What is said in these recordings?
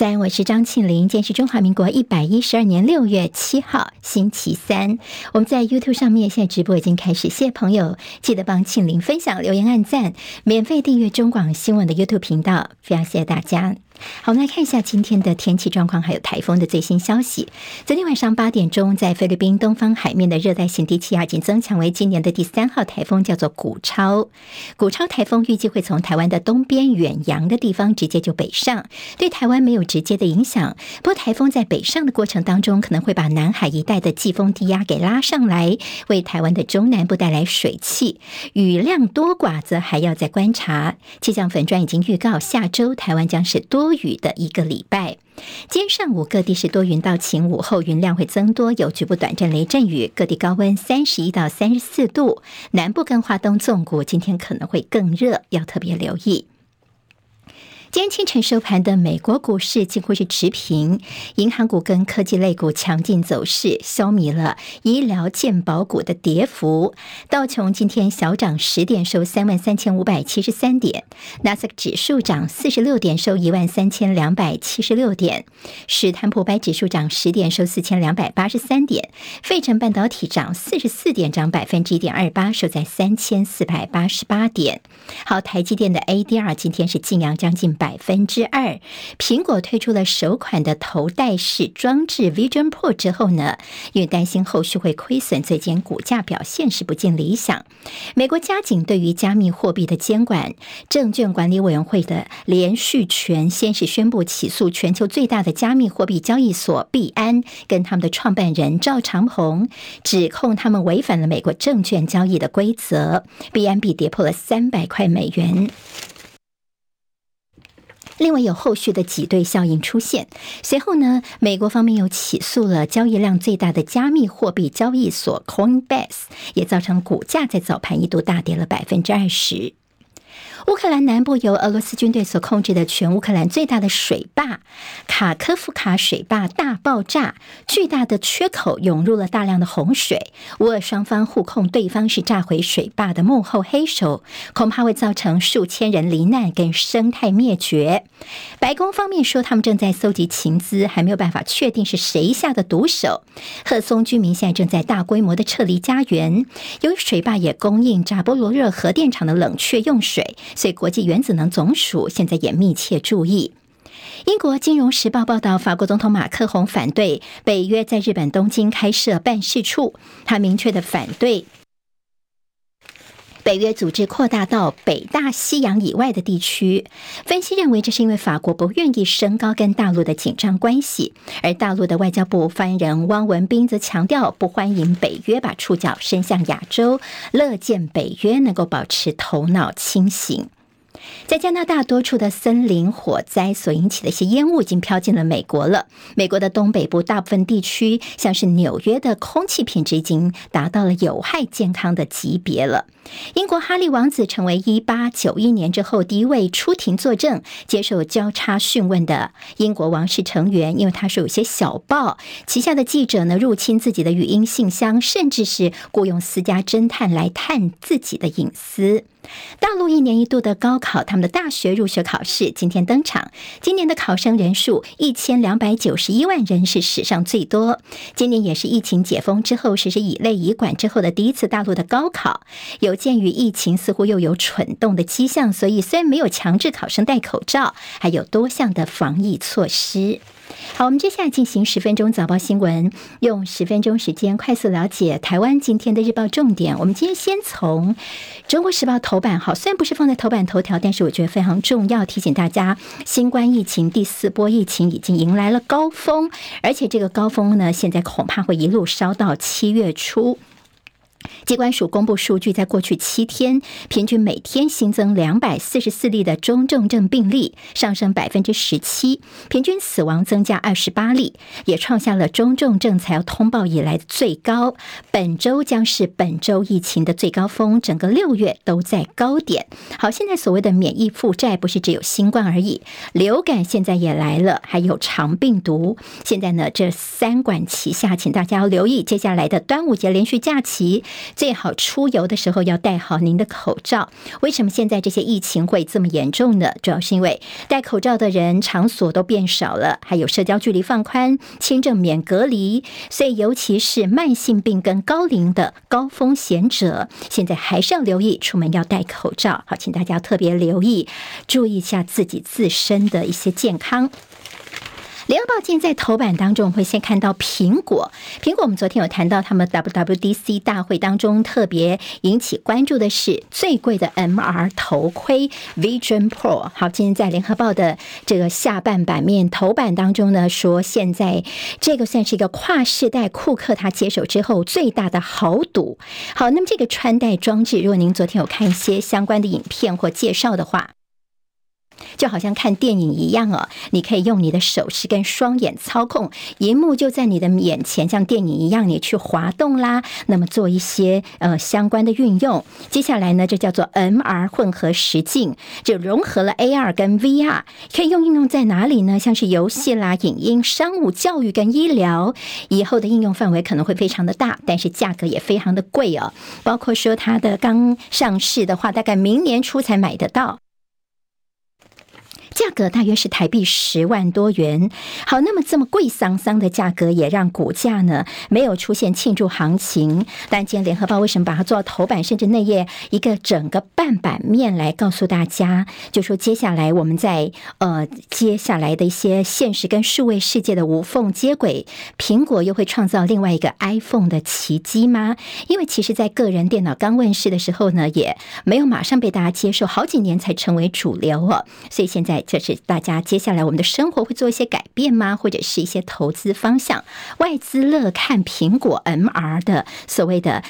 早安，我是张庆玲。今天是中华民国112年6月7号，星期三。我们在 YouTube 上面现在直播已经开始，谢谢朋友，记得帮庆玲分享、留言、按赞，免费订阅中广新闻的 YouTube 频道，非常谢谢大家。好，我们来看一下今天的天气状况，还有台风的最新消息。昨天晚上8点钟，在菲律宾东方海面的热带性低气压已经增强为今年的第3号台风，叫做古超。古超台风预计会从台湾的东边远洋的地方直接就北上，对台湾没有直接的影响。不过台风在北上的过程当中，可能会把南海一带的季风低压给拉上来，为台湾的中南部带来水汽，雨量多寡则还要再观察。气象粉专已经预告，下周台湾将是多雨的一个礼拜。今天上午各地是多云到晴，午后云量会增多，有局部短暂雷阵雨，各地高温31到34度，南部跟花东纵谷今天可能会更热，要特别留意。今天清晨收盘的美国股市几乎是持平，银行股跟科技类股强劲走势，消弭了医疗健保股的跌幅。道琼今天小涨10点，收33,573点；纳斯达克指数涨46点，收13,276点；史坦普白指数涨10点，收4,283点；费城半导体涨44点，涨1.28%，收在3,488点。好，台积电的 ADR 今天是劲扬将近2%。苹果推出了首款的头戴式装置 Vision Pro 之后呢，因为担心后续会亏损，最近股价表现是不尽理想。美国加紧对于加密货币的监管，证券管理委员会的连续权先是宣布起诉全球最大的加密货币交易所币安跟他们的创办人赵长鹏，指控他们违反了美国证券交易的规则，币安币跌破了300块美元。另外有后续的挤兑效应出现，随后呢，美国方面又起诉了交易量最大的加密货币交易所 Coinbase， 也造成股价在早盘一度大跌了20%。乌克兰南部由俄罗斯军队所控制的全乌克兰最大的水坝卡科夫卡水坝大爆炸，巨大的缺口涌入了大量的洪水。乌俄双方互控对方是炸毁水坝的幕后黑手，恐怕会造成数千人罹难跟生态灭绝。白宫方面说他们正在搜集情资，还没有办法确定是谁下的毒手。赫松居民现在正在大规模的撤离家园，由于水坝也供应扎波罗热核电厂的冷却用水，所以国际原子能总署现在也密切注意。英国金融时报报道，法国总统马克宏反对北约在日本东京开设办事处，他明确的反对北约组织扩大到北大西洋以外的地区。分析认为，这是因为法国不愿意升高跟大陆的紧张关系，而大陆的外交部发言人汪文斌则强调，不欢迎北约把触角伸向亚洲，乐见北约能够保持头脑清醒。在加拿大多处的森林火灾所引起的一些烟雾已经飘进了美国了。美国的东北部大部分地区，像是纽约的空气品质已经达到了有害健康的级别了。英国哈利王子成为1891年之后第一位出庭作证、接受交叉讯问的英国王室成员，因为他说有些小报旗下的记者呢入侵自己的语音信箱，甚至是雇用私家侦探来探自己的隐私。大陆1年1度的高考，他们的大学入学考试今天登场。今年的考生人数1291万人，是史上最多。今年也是疫情解封之后实施乙类乙管之后的第一次大陆的高考。有鉴于疫情似乎又有蠢动的迹象，所以虽然没有强制考生戴口罩，还有多项的防疫措施。好，我们接下来进行10分钟早报新闻，用10分钟时间快速了解台湾今天的日报重点。我们今天先从中国时报头版，好，虽然不是放在头版头条，但是我觉得非常重要，提醒大家，新冠疫情第4波疫情已经迎来了高峰，而且这个高峰呢，现在恐怕会一路烧到7月初。疾管署公布数据，在过去7天，平均每天新增244例的中重症病例，上升17%，平均死亡增加28例，也创下了中重症才要通报以来的最高。本周将是本周疫情的最高峰，整个6月都在高点。好，现在所谓的免疫负债不是只有新冠而已，流感现在也来了，还有肠病毒。现在呢，这3管齐下，请大家要留意接下来的端午节连续假期， 最好出游的时候要戴好您的口罩。为什么现在这些疫情会这么严重呢？主要是因为戴口罩的人场所都变少了，还有社交距离放宽，签证免隔离，所以尤其是慢性病跟高龄的高风险者，现在还是要留意出门要戴口罩。好，请大家特别留意，注意一下自己自身的一些健康。联合报今天在头版当中会先看到苹果我们昨天有谈到他们 WWDC 大会当中特别引起关注的是最贵的 MR 头盔 Vision Pro。 好，今天在联合报的这个下半版面头版当中呢，说现在这个算是一个跨世代库克他接手之后最大的豪赌。好，那么这个穿戴装置，如果您昨天有看一些相关的影片或介绍的话，就好像看电影一样哦，你可以用你的手势跟双眼操控，荧幕就在你的眼前，像电影一样你去滑动啦，那么做一些相关的运用。接下来呢，这叫做 MR 混合实境，就融合了 AR 跟 VR， 可以应用在哪里呢？像是游戏啦、影音、商务、教育跟医疗，以后的应用范围可能会非常的大，但是价格也非常的贵哦。包括说它的刚上市的话，大概明年初才买得到，价格大约是台币10万多元。好，那么这么贵桑桑的价格也让股价呢没有出现庆祝行情。但今天联合报为什么把它做到头版，甚至内页一个整个半版面来告诉大家，就说接下来我们在接下来的一些现实跟数位世界的无缝接轨，苹果又会创造另外一个 iPhone 的奇迹吗？因为其实在个人电脑刚问世的时候呢，也没有马上被大家接受，好几年才成为主流哦。所以现在这是大家接下来我们的生活会做一些改变吗？或者是一些投资方向？外资乐看苹果 MR 的所谓的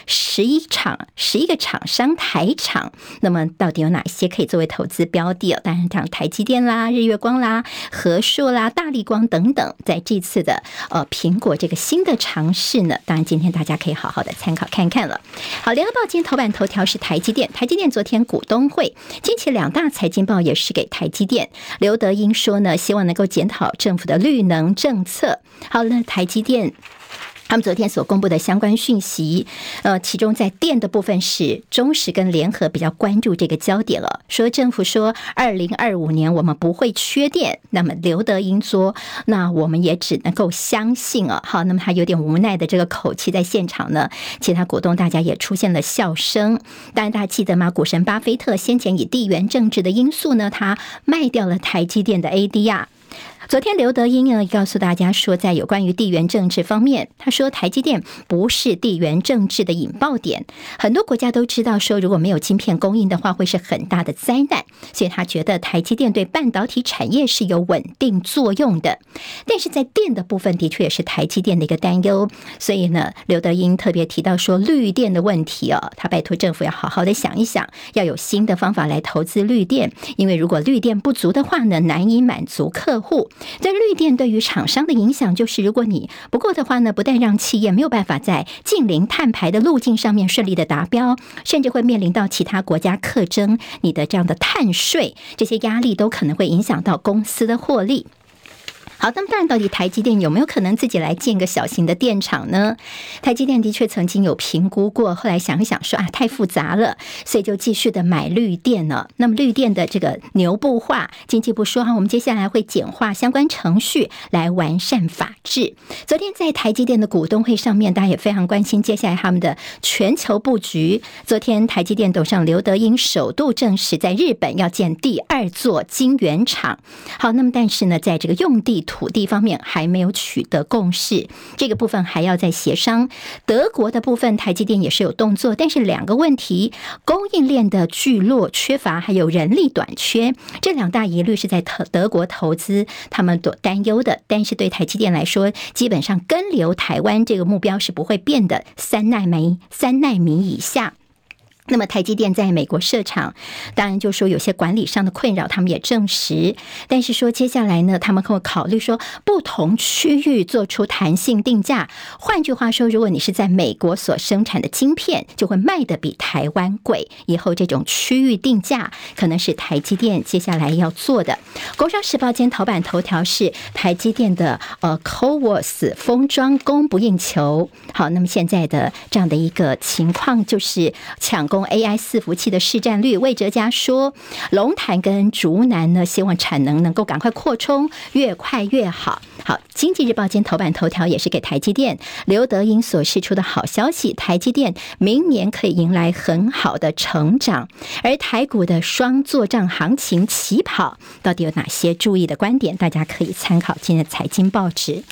11个厂商台厂，那么到底有哪些可以作为投资标的？当然像台积电啦、日月光啦、和硕啦、大立光等等，在这次的苹果这个新的尝试呢，当然今天大家可以好好的参考看看了。好，联合报今天头版头条是台积电昨天股东会，近期两大财经报也是给台积电。刘德英说呢，希望能够检讨政府的绿能政策。好了，台积电他们昨天所公布的相关讯息，其中在电的部分是中时跟联合比较关注这个焦点了，说政府说2025年我们不会缺电，那么刘德英说，那我们也只能够相信啊。好，那么他有点无奈的这个口气，在现场呢，其他股东大家也出现了笑声。当然大家记得吗？股神巴菲特先前以地缘政治的因素呢，他卖掉了台积电的 ADR。昨天刘德英呢告诉大家说，在有关于地缘政治方面，他说台积电不是地缘政治的引爆点，很多国家都知道说如果没有晶片供应的话会是很大的灾难，所以他觉得台积电对半导体产业是有稳定作用的。但是在电的部分的确也是台积电的一个担忧，所以呢刘德英特别提到说绿电的问题哦，他拜托政府要好好的想一想，要有新的方法来投资绿电，因为如果绿电不足的话呢，难以满足客户。这绿电对于厂商的影响就是，如果你不够的话呢，不但让企业没有办法在近零碳排的路径上面顺利的达标，甚至会面临到其他国家课征你的这样的碳税，这些压力都可能会影响到公司的获利。好，那么当然到底台积电有没有可能自己来建个小型的电厂呢？台积电的确曾经有评估过，后来想一想说太复杂了，所以就继续的买绿电了。那么绿电的这个牛步化，经济部说我们接下来会简化相关程序来完善法制。昨天在台积电的股东会上面，大家也非常关心接下来他们的全球布局。昨天台积电董事长刘德英首度证实，在日本要建第2座晶圆厂。好，那么但是呢，在这个用地土地方面还没有取得共识，这个部分还要再协商。德国的部分台积电也是有动作，但是两个问题，供应链的聚落缺乏，还有人力短缺，这两大疑虑是在德国投资他们所担忧的。但是对台积电来说，基本上跟留台湾这个目标是不会变的，3奈米以下。 那么台积电在美国设厂，当然就说有些管理上的困扰，他们也证实。但是说接下来呢，他们会考虑说不同区域做出弹性定价。换句话说，如果你是在美国所生产的晶片，就会卖得比台湾贵。以后这种区域定价可能是台积电接下来要做的。工商时报今天头版头条是台积电的CoWoS 封装供不应求。好，那么现在的这样的一个情况就是抢攻AI 伺服器的市占率。魏哲家说，龙潭跟竹南呢，希望产能能够赶快扩充，越快越好。好，经济日报今天头版头条也是给台积电，刘德英所释出的好消息，台积电明年可以迎来很好的成长。而台股的双作账行情起跑，到底有哪些注意的观点？大家可以参考今天的财经报纸。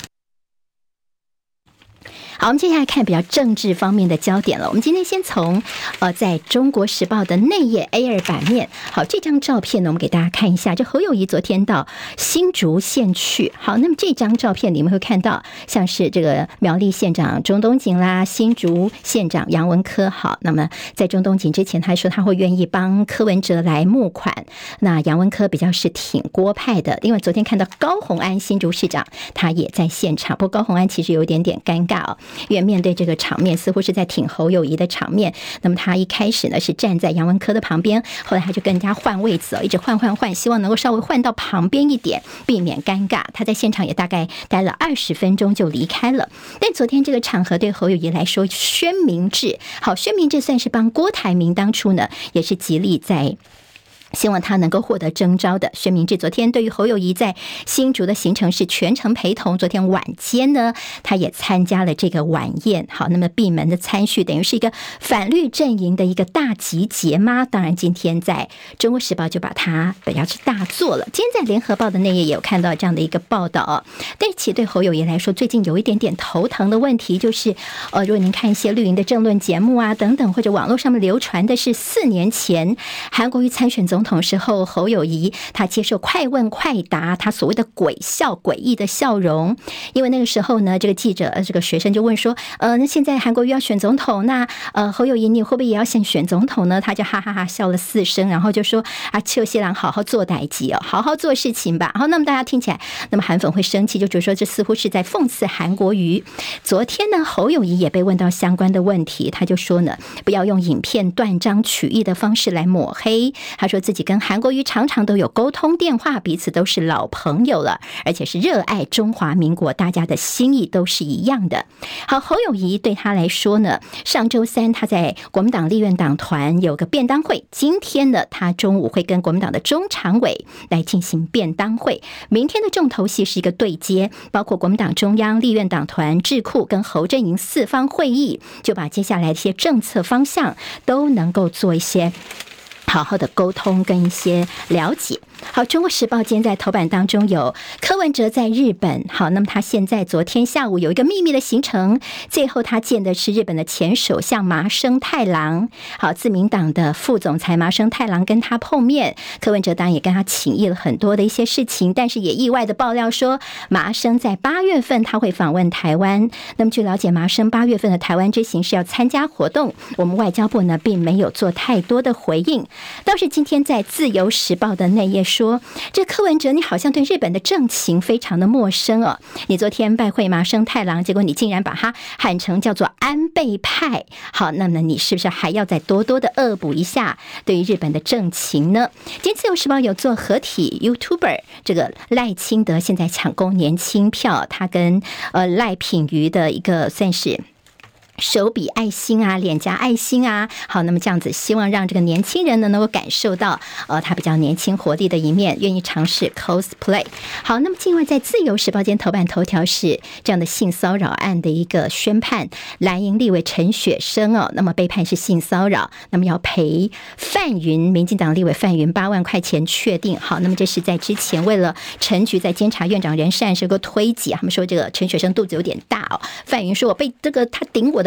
好，我们接下来看比较政治方面的焦点了。我们今天先从在中国时报的内页 A2 版面，好，这张照片呢，我们给大家看一下。这侯友宜昨天到新竹县去，好，那么这张照片你们会看到，像是这个苗栗县长钟东锦啦，新竹县长杨文科。好，那么在钟东锦之前，他说他会愿意帮柯文哲来募款，那杨文科比较是挺郭派的。另外，昨天看到高虹安新竹市长，他也在现场，不过高虹安其实有一点点尴尬哦。因为面对这个场面，似乎是在挺侯友宜的场面。那么他一开始呢是站在杨文科的旁边，后来他就跟人家换位子，一直换，希望能够稍微换到旁边一点，避免尴尬。他在现场也大概待了20分钟就离开了。但昨天这个场合对侯友宜来说，宣明志，好，宣明志算是帮郭台铭当初呢也是极力在希望他能够获得征召的。宣明志昨天对于侯友宜在新竹的行程是全程陪同，昨天晚间呢他也参加了这个晚宴。好，那么闭门的参叙，等于是一个反绿阵营的一个大集结吗？当然今天在中国时报就把它比较是大做了。今天在联合报的内页也有看到这样的一个报道。但其实对侯友宜来说，最近有一点点头疼的问题，就是如果您看一些绿营的政论节目啊等等，或者网络上面流传的是4年前韩国瑜参选总统时候，侯友宜他接受快问快答，他所谓的诡笑诡异的笑容。因为那个时候呢，这个记者这个学生就问说，那现在韩国瑜要选总统，那侯友宜你会不会也要选总统呢？他就哈哈哈笑了4声，然后就说啊，邱西郎好好做代志哦，好好做事情吧。好，那么大家听起来，那么韩粉会生气，就觉得说这似乎是在讽刺韩国瑜。昨天呢，侯友宜也被问到相关的问题，他就说呢，不要用影片断章取义的方式来抹黑。他说自己跟韩国瑜常常都有沟通电话，彼此都是老朋友了，而且是热爱中华民国，大家的心意都是一样的。好，侯友宜对他来说呢，上周3他在国民党立院党团有个便当会，今天呢他中午会跟国民党的中常委来进行便当会。明天的重头戏是一个对接，包括国民党中央、立院党团、智库跟侯阵营4方会议，就把接下来的一些政策方向都能够做一些好好的沟通跟一些了解。好，中国时报今天在头版当中有柯文哲在日本。好，那么他现在昨天下午有一个秘密的行程，最后他见的是日本的前首相麻生太郎。好，自民党的副总裁麻生太郎跟他碰面，柯文哲当然也跟他请益了很多的一些事情，但是也意外的爆料说，麻生在8月份他会访问台湾。那么据了解，麻生8月份的台湾之行是要参加活动，我们外交部呢并没有做太多的回应。倒是今天在自由时报的内页说，这柯文哲你好像对日本的政情非常的陌生哦。你昨天拜会麻生太郎，结果你竟然把他喊成叫做安倍派。好，那么你是不是还要再多多的恶补一下对于日本的政情呢？今天自由时报有做合体 YouTuber， 这个赖清德现在抢攻年轻票，他跟赖品妤的一个算是手比爱心啊，脸颊爱心啊。好，那么这样子希望让这个年轻人呢能够感受到他比较年轻活力的一面，愿意尝试 cosplay。 好，那么另外在自由时报间头版头条是这样的性骚扰案的一个宣判，蓝营立委陈雪生那么被判是性骚扰，那么要赔范云民进党立委范云8万块钱确定。好，那么这是在之前为了陈局在监察院长人事案是个推挤，他们说这个陈雪生肚子有点大范云说我被这个他顶我的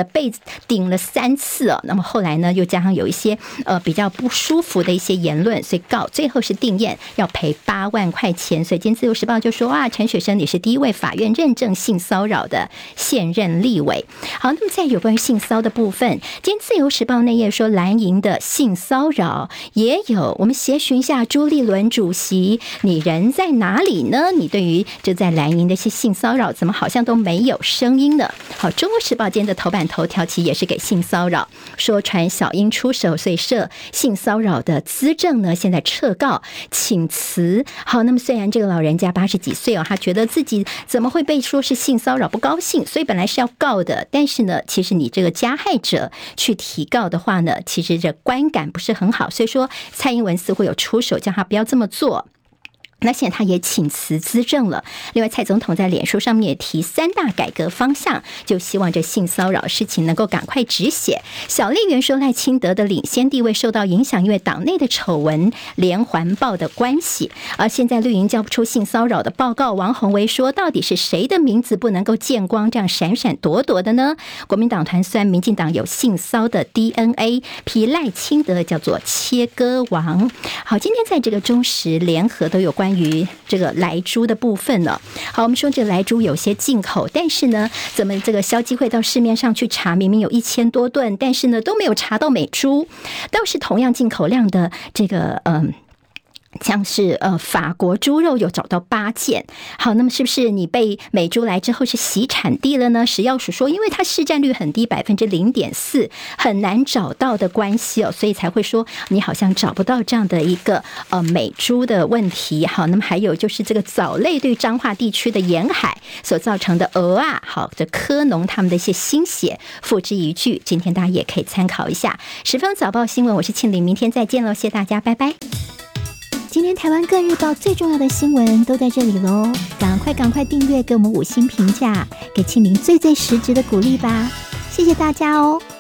的被顶了3次哦。那么后来呢，又加上有一些比较不舒服的一些言论，所以最后是定谳要赔8万块钱。所以今天自由时报就说啊，陈雪生你是第一位法院认证性骚扰的现任立委。好，那么在有关于性骚的部分，今天自由时报内页说蓝营的性骚扰也有，我们协寻一下朱立伦主席，你人在哪里呢？你对于就在蓝营的一些性骚扰怎么好像都没有声音呢？好，中国时报今天的头版头条其实也是给性骚扰，说传小英出手，所以涉性骚扰的资政呢现在撤告请辞。好，那么虽然这个老人家80几岁哦，他觉得自己怎么会被说是性骚扰不高兴，所以本来是要告的，但是呢其实你这个加害者去提告的话呢，其实这观感不是很好，所以说蔡英文似乎有出手叫他不要这么做。那现在他也请辞资政了。另外，蔡总统在脸书上面也提3大改革方向，就希望这性骚扰事情能够赶快止血。小丽媛说赖清德的领先地位受到影响，因为党内的丑闻连环爆的关系。而现在绿营交不出性骚扰的报告，王宏维说到底是谁的名字不能够见光，这样闪闪躲躲的呢？国民党团虽然民进党有性骚的 DNA， 批赖清德叫做切割王。好，今天在这个中时联合都有关于这个莱猪的部分呢。好，我们说这个莱猪有些进口，但是呢，怎么这个消基会到市面上去查，明明有1000多吨，但是呢都没有查到美猪，倒是同样进口量的这个像是法国猪肉有找到8件。好，那么是不是你被美猪来之后是洗产地了呢？食药署说因为它市占率很低，0.4%，很难找到的关系哦，所以才会说你好像找不到这样的一个美猪的问题。好，那么还有就是这个藻类对彰化地区的沿海所造成的好，这科农他们的一些心血付之一炬，今天大家也可以参考一下。10分早报新闻，我是庆玲，明天再见喽，谢谢大家，拜拜。今天台湾各日报最重要的新闻都在这里喽，赶快订阅，给我们5星评价，给庆玲最实质的鼓励吧，谢谢大家哦。